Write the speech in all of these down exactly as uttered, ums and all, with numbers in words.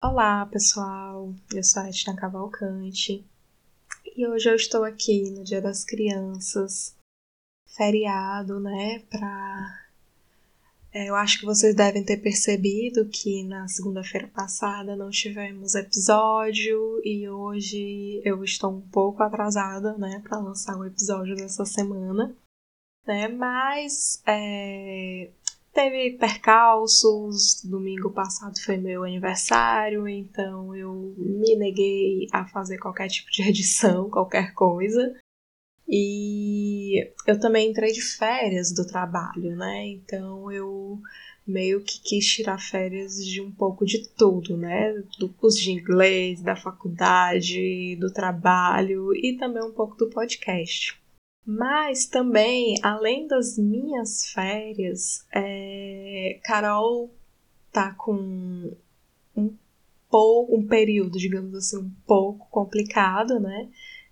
Olá, pessoal. Eu sou a Etna Cavalcante e hoje eu estou aqui no Dia das Crianças, feriado, né? Pra... É, eu acho que vocês devem ter percebido que na segunda-feira passada não tivemos episódio e hoje eu estou um pouco atrasada, né, para lançar o episódio dessa semana, né? Mas é... teve percalços, domingo passado foi meu aniversário, então eu me neguei a fazer qualquer tipo de edição, qualquer coisa. E eu também entrei de férias do trabalho, né? Então eu meio que quis tirar férias de um pouco de tudo, né? Do curso de inglês, da faculdade, do trabalho e também um pouco do podcast. Mas também, além das minhas férias, é, Carol tá com um pouco, um período, digamos assim, um pouco complicado, né?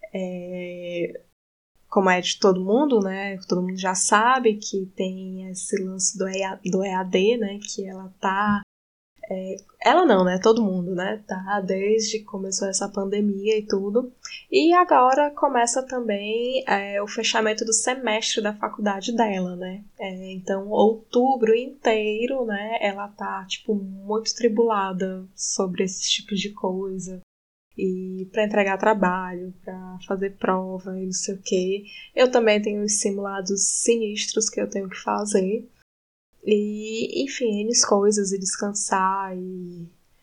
É, como é de todo mundo, né? Todo mundo já sabe que tem esse lance do E A D, né? Que ela tá... É, ela não, né? Todo mundo, né? Tá desde que começou essa pandemia e tudo. E agora começa também é, o fechamento do semestre da faculdade dela, né? É, então, outubro inteiro, né? Ela tá, tipo, muito tribulada sobre esse tipo de coisa. E para entregar trabalho, para fazer prova e não sei o quê. Eu também tenho os simulados sinistros que eu tenho que fazer. E, enfim, N coisas, e descansar e...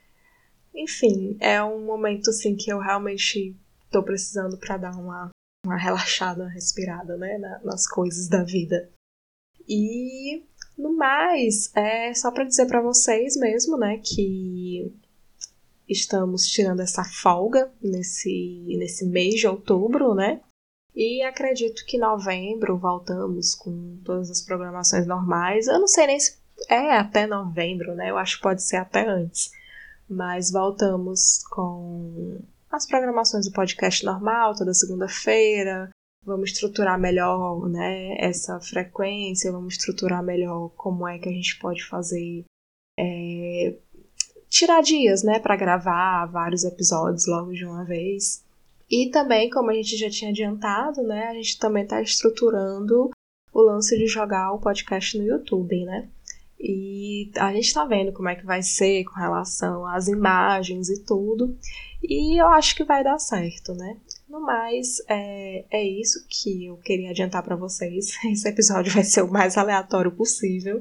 Enfim, é um momento, assim, que eu realmente tô precisando pra dar uma, uma relaxada, uma respirada, né, na, nas coisas da vida. E, no mais, é só pra dizer pra vocês mesmo, né, que estamos tirando essa folga nesse, nesse mês de outubro, né, e acredito que em novembro voltamos com todas as programações normais. Eu não sei nem se é até novembro, né? Eu acho que pode ser até antes. Mas voltamos com as programações do podcast normal, toda segunda-feira. Vamos estruturar melhor, né, essa frequência, vamos estruturar melhor como é que a gente pode fazer... É, tirar dias, né, para gravar vários episódios logo de uma vez. E também, como a gente já tinha adiantado, né, a gente também está estruturando o lance de jogar o podcast no YouTube, né? E a gente tá vendo como é que vai ser com relação às imagens e tudo. E eu acho que vai dar certo, né? No mais, é, é isso que eu queria adiantar para vocês. Esse episódio vai ser o mais aleatório possível.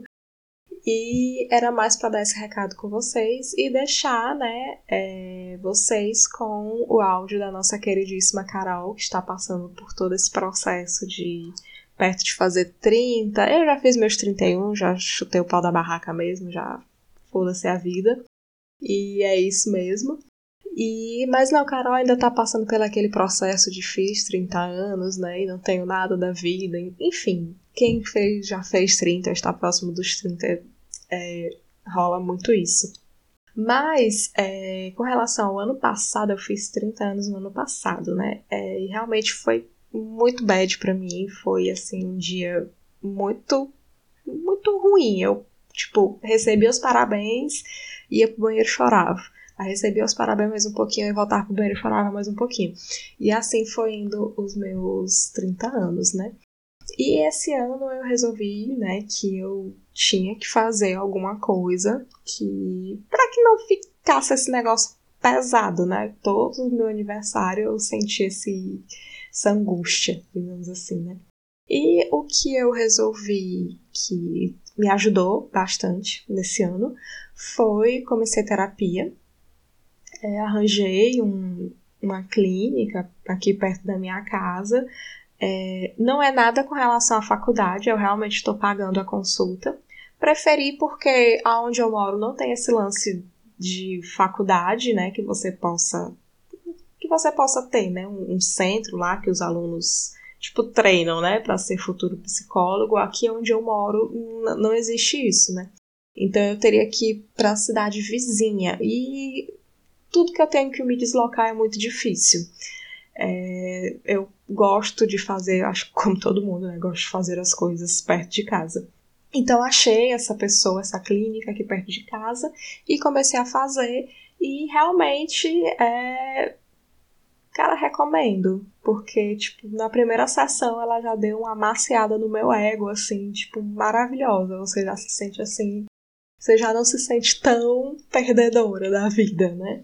E era mais para dar esse recado com vocês e deixar, né, é, vocês com o áudio da nossa queridíssima Carol, que está passando por todo esse processo de perto de fazer trinta. Eu já fiz meus trinta e um, já chutei o pau da barraca mesmo, já foda-se a vida. E é isso mesmo. E, mas não, Carol ainda tá passando pelo aquele processo de fiz trinta anos, né, e não tenho nada da vida. Enfim, quem fez, já fez trinta, está próximo dos trinta, é, rola muito isso. Mas, é, com relação ao ano passado, eu fiz trinta anos no ano passado, né, é, e realmente foi muito bad pra mim, foi, assim, um dia muito, muito ruim. Eu, tipo, recebi os parabéns, ia pro banheiro e chorava. Aí recebia os parabéns mais um pouquinho e voltava pro banheiro e chorava mais um pouquinho. E assim foi indo os meus trinta anos, né? E esse ano eu resolvi, né, que eu tinha que fazer alguma coisa que... pra que não ficasse esse negócio pesado, né? Todo o meu aniversário eu senti esse, essa angústia, digamos assim, né? E o que eu resolvi que me ajudou bastante nesse ano foi comecei terapia. É, arranjei um, uma clínica aqui perto da minha casa. É, não é nada com relação à faculdade, eu realmente estou pagando a consulta. Preferi porque aonde eu moro não tem esse lance de faculdade, né, que você possa que você possa ter, né, um, um centro lá que os alunos tipo treinam, né, para ser futuro psicólogo. Aqui onde eu moro n- não existe isso, né? Então eu teria que ir para a cidade vizinha e tudo que eu tenho que me deslocar é muito difícil. É, eu gosto de fazer, acho que como todo mundo, né? Gosto de fazer as coisas perto de casa. Então achei essa pessoa, essa clínica aqui perto de casa e comecei a fazer e realmente, é, cara, recomendo, porque, tipo, na primeira sessão ela já deu uma amaciada no meu ego, assim, tipo, maravilhosa, você já se sente assim, você já não se sente tão perdedora da vida, né?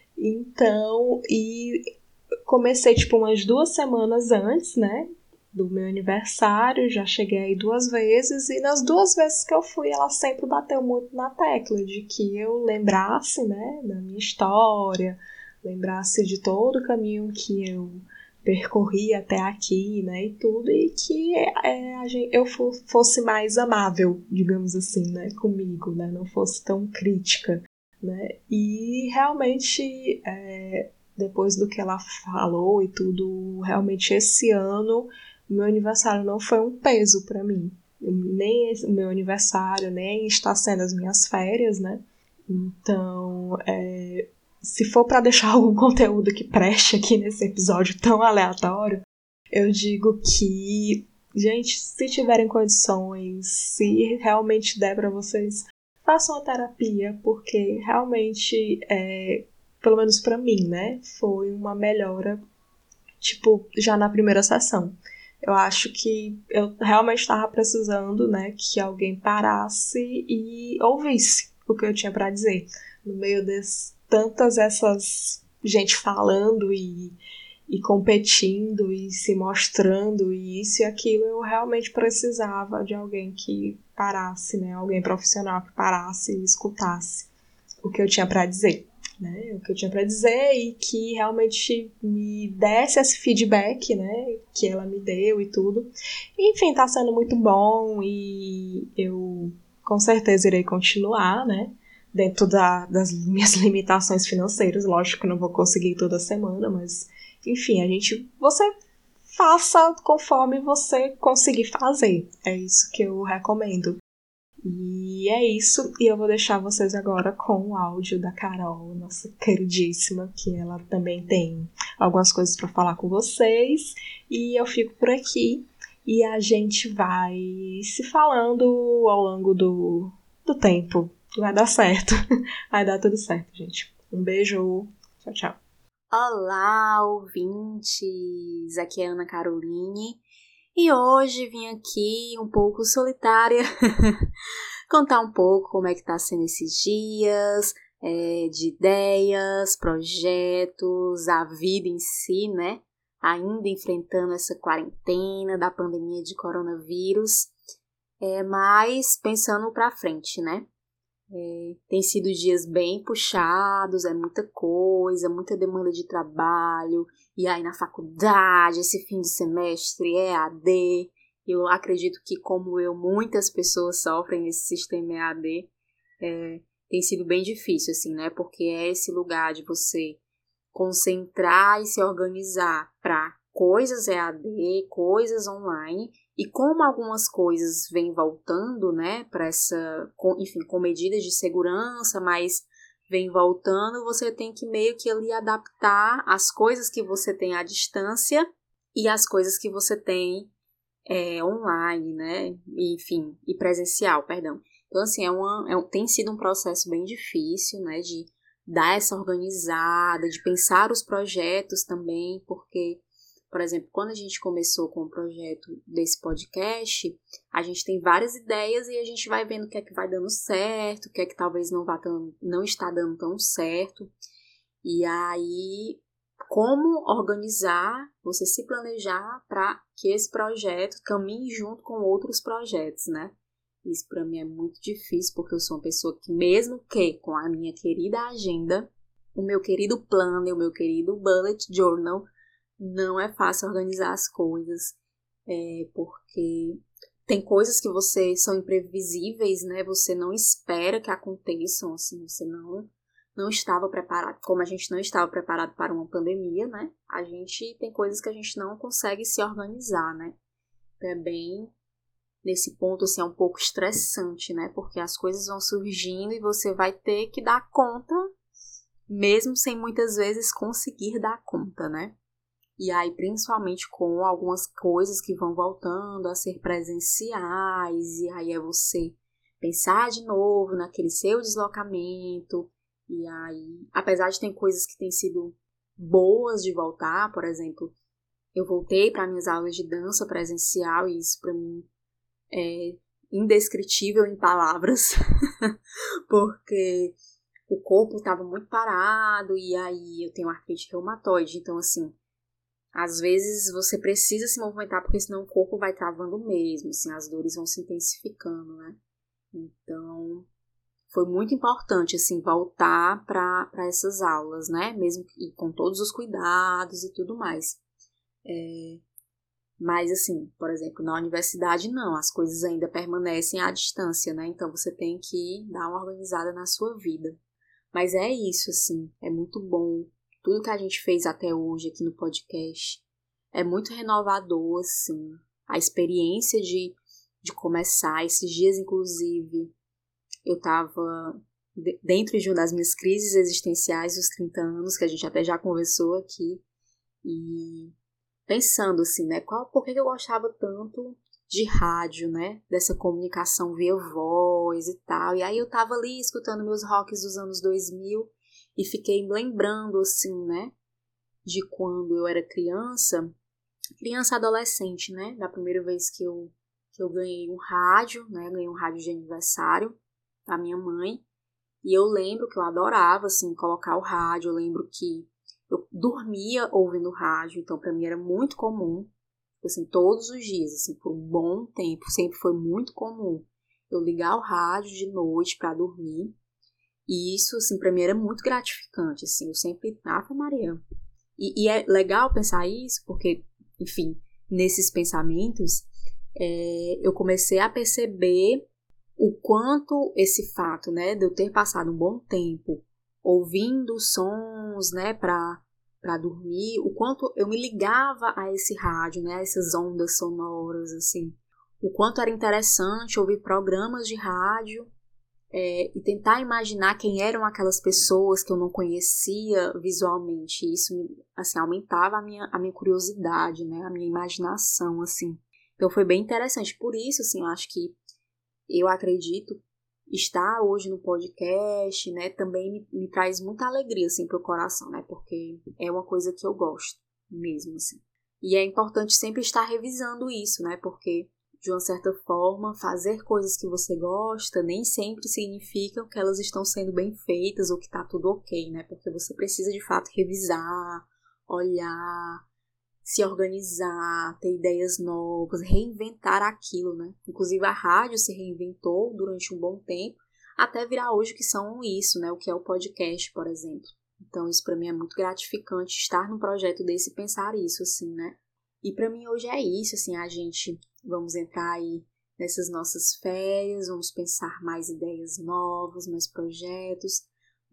Então, e comecei, tipo, umas duas semanas antes, né, do meu aniversário, já cheguei aí duas vezes, e nas duas vezes que eu fui, ela sempre bateu muito na tecla de que eu lembrasse, né, da minha história, lembrasse de todo o caminho que eu percorri até aqui, né, e tudo, e que é, a gente, eu fosse mais amável, digamos assim, né, comigo, né, não fosse tão crítica, né, e realmente, é, depois do que ela falou e tudo, realmente esse ano o meu aniversário não foi um peso para mim. Nem o meu aniversário, nem está sendo as minhas férias, né? Então, é, se for para deixar algum conteúdo que preste aqui nesse episódio tão aleatório, eu digo que, gente, se tiverem condições, se realmente der para vocês, façam a terapia, porque realmente, é, pelo menos para mim, né, foi uma melhora, tipo, já na primeira sessão. Eu acho que eu realmente estava precisando, né, que alguém parasse e ouvisse o que eu tinha para dizer. No meio de tantas essas gente falando e, e competindo e se mostrando e isso e aquilo, eu realmente precisava de alguém que parasse, né, alguém profissional que parasse e escutasse o que eu tinha para dizer. Né, o que eu tinha para dizer e que realmente me desse esse feedback, né, que ela me deu e tudo. Enfim, tá sendo muito bom e eu com certeza irei continuar, né, dentro da, das minhas limitações financeiras. Lógico que eu não vou conseguir toda semana, mas enfim, a gente, você faça conforme você conseguir fazer. É isso que eu recomendo. E é isso, e eu vou deixar vocês agora com o áudio da Carol, nossa queridíssima, que ela também tem algumas coisas para falar com vocês. E eu fico por aqui e a gente vai se falando ao longo do, do tempo. Vai dar certo, vai dar tudo certo, gente. Um beijo, tchau, tchau. Olá, ouvintes! Aqui é a Ana Caroline e hoje vim aqui um pouco solitária contar um pouco como é que tá sendo esses dias, é, de ideias, projetos, a vida em si, né? Ainda enfrentando essa quarentena da pandemia de coronavírus, é, mas pensando pra frente, né? É, tem sido dias bem puxados, é muita coisa, muita demanda de trabalho, e aí na faculdade, esse fim de semestre é E A D. Eu acredito que, como eu, muitas pessoas sofrem nesse sistema E A D. É, tem sido bem difícil, assim, né? Porque é esse lugar de você concentrar e se organizar para coisas E A D, coisas online, e como algumas coisas vêm voltando, né, para essa, com, enfim, com medidas de segurança, mas vem voltando, você tem que meio que ali adaptar as coisas que você tem à distância e as coisas que você tem é, online, né, enfim, e presencial, perdão. Então, assim, é uma, é um, tem sido um processo bem difícil, né, de dar essa organizada, de pensar os projetos também, porque, por exemplo, quando a gente começou com o projeto desse podcast, a gente tem várias ideias e a gente vai vendo o que é que vai dando certo, o que é que talvez não, vá tão, não está dando tão certo. E aí, como organizar, você se planejar para que esse projeto caminhe junto com outros projetos, né? Isso para mim é muito difícil, porque eu sou uma pessoa que, mesmo que com a minha querida agenda, o meu querido plano, o meu querido bullet journal, não é fácil organizar as coisas, é, porque tem coisas que você são imprevisíveis, né? Você não espera que aconteçam, assim, você não, não estava preparado. Como a gente não estava preparado para uma pandemia, né? A gente tem coisas que a gente não consegue se organizar, né? Então é bem... Nesse ponto, assim, é um pouco estressante, né? Porque as coisas vão surgindo e você vai ter que dar conta, mesmo sem muitas vezes conseguir dar conta, né? E aí, principalmente com algumas coisas que vão voltando a ser presenciais, e aí é você pensar de novo naquele seu deslocamento. E aí, apesar de ter coisas que têm sido boas de voltar, por exemplo, eu voltei para minhas aulas de dança presencial, e isso para mim é indescritível em palavras, porque o corpo estava muito parado, e aí eu tenho artrite reumatoide, então assim, às vezes você precisa se movimentar, porque senão o corpo vai travando mesmo, assim, as dores vão se intensificando, né? Então, foi muito importante, assim, voltar para essas aulas, né? Mesmo que, com todos os cuidados e tudo mais. É, mas, assim, por exemplo, na universidade, não. As coisas ainda permanecem à distância, né? Então, você tem que dar uma organizada na sua vida. Mas é isso, assim, é muito bom. Tudo que a gente fez até hoje aqui no podcast é muito renovador, assim. A experiência de, de começar, esses dias, inclusive, eu estava dentro de uma das minhas crises existenciais dos trinta anos, que a gente até já conversou aqui, e pensando assim, né, qual, por que eu gostava tanto de rádio, né, dessa comunicação via voz e tal, e aí eu tava ali escutando meus rocks dos anos dois mil e fiquei lembrando, assim, né, de quando eu era criança, criança adolescente, né, da primeira vez que eu, que eu ganhei um rádio, né, ganhei um rádio de aniversário da minha mãe, e eu lembro que eu adorava, assim, colocar o rádio, eu lembro que eu dormia ouvindo rádio, então pra mim era muito comum, assim, todos os dias, assim, por um bom tempo, sempre foi muito comum eu ligar o rádio de noite pra dormir, e isso, assim, pra mim era muito gratificante, assim, eu sempre, Ave Maria. E, e é legal pensar isso, porque, enfim, nesses pensamentos, é, eu comecei a perceber o quanto esse fato, né, de eu ter passado um bom tempo ouvindo sons, né, para para dormir, o quanto eu me ligava a esse rádio, né, a essas ondas sonoras, assim, o quanto era interessante ouvir programas de rádio é, e tentar imaginar quem eram aquelas pessoas que eu não conhecia visualmente. Isso, assim, aumentava a minha, a minha curiosidade, né, a minha imaginação, assim. Então foi bem interessante. Por isso, assim, eu acho que eu acredito estar hoje no podcast, né, também me, me traz muita alegria, assim, pro coração, né, porque é uma coisa que eu gosto mesmo, assim. E é importante sempre estar revisando isso, né, porque, de uma certa forma, fazer coisas que você gosta nem sempre significa que elas estão sendo bem feitas ou que tá tudo ok, né, porque você precisa, de fato, revisar, olhar, se organizar, ter ideias novas, reinventar aquilo, né? Inclusive a rádio se reinventou durante um bom tempo, até virar hoje o que são isso, né? O que é o podcast, por exemplo. Então isso para mim é muito gratificante estar num projeto desse e pensar isso, assim, né? E para mim hoje é isso, assim, a gente vamos entrar aí nessas nossas férias, vamos pensar mais ideias novas, mais projetos,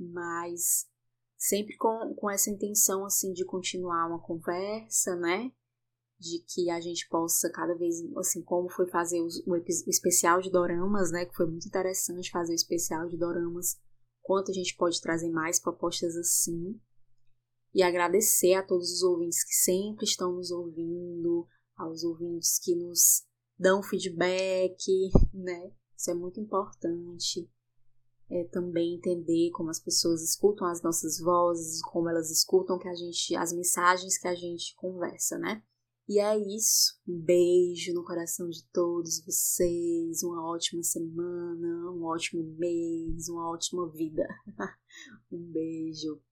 mais sempre com, com essa intenção, assim, de continuar uma conversa, né, de que a gente possa cada vez, assim, como foi fazer o, o, o especial de doramas, né, que foi muito interessante fazer o especial de doramas, quanto a gente pode trazer mais propostas assim, e agradecer a todos os ouvintes que sempre estão nos ouvindo, aos ouvintes que nos dão feedback, né, isso é muito importante. É, também entender como as pessoas escutam as nossas vozes, como elas escutam que a gente, as mensagens que a gente conversa, né? E é isso. Um beijo no coração de todos vocês, uma ótima semana, um ótimo mês, uma ótima vida. Um beijo.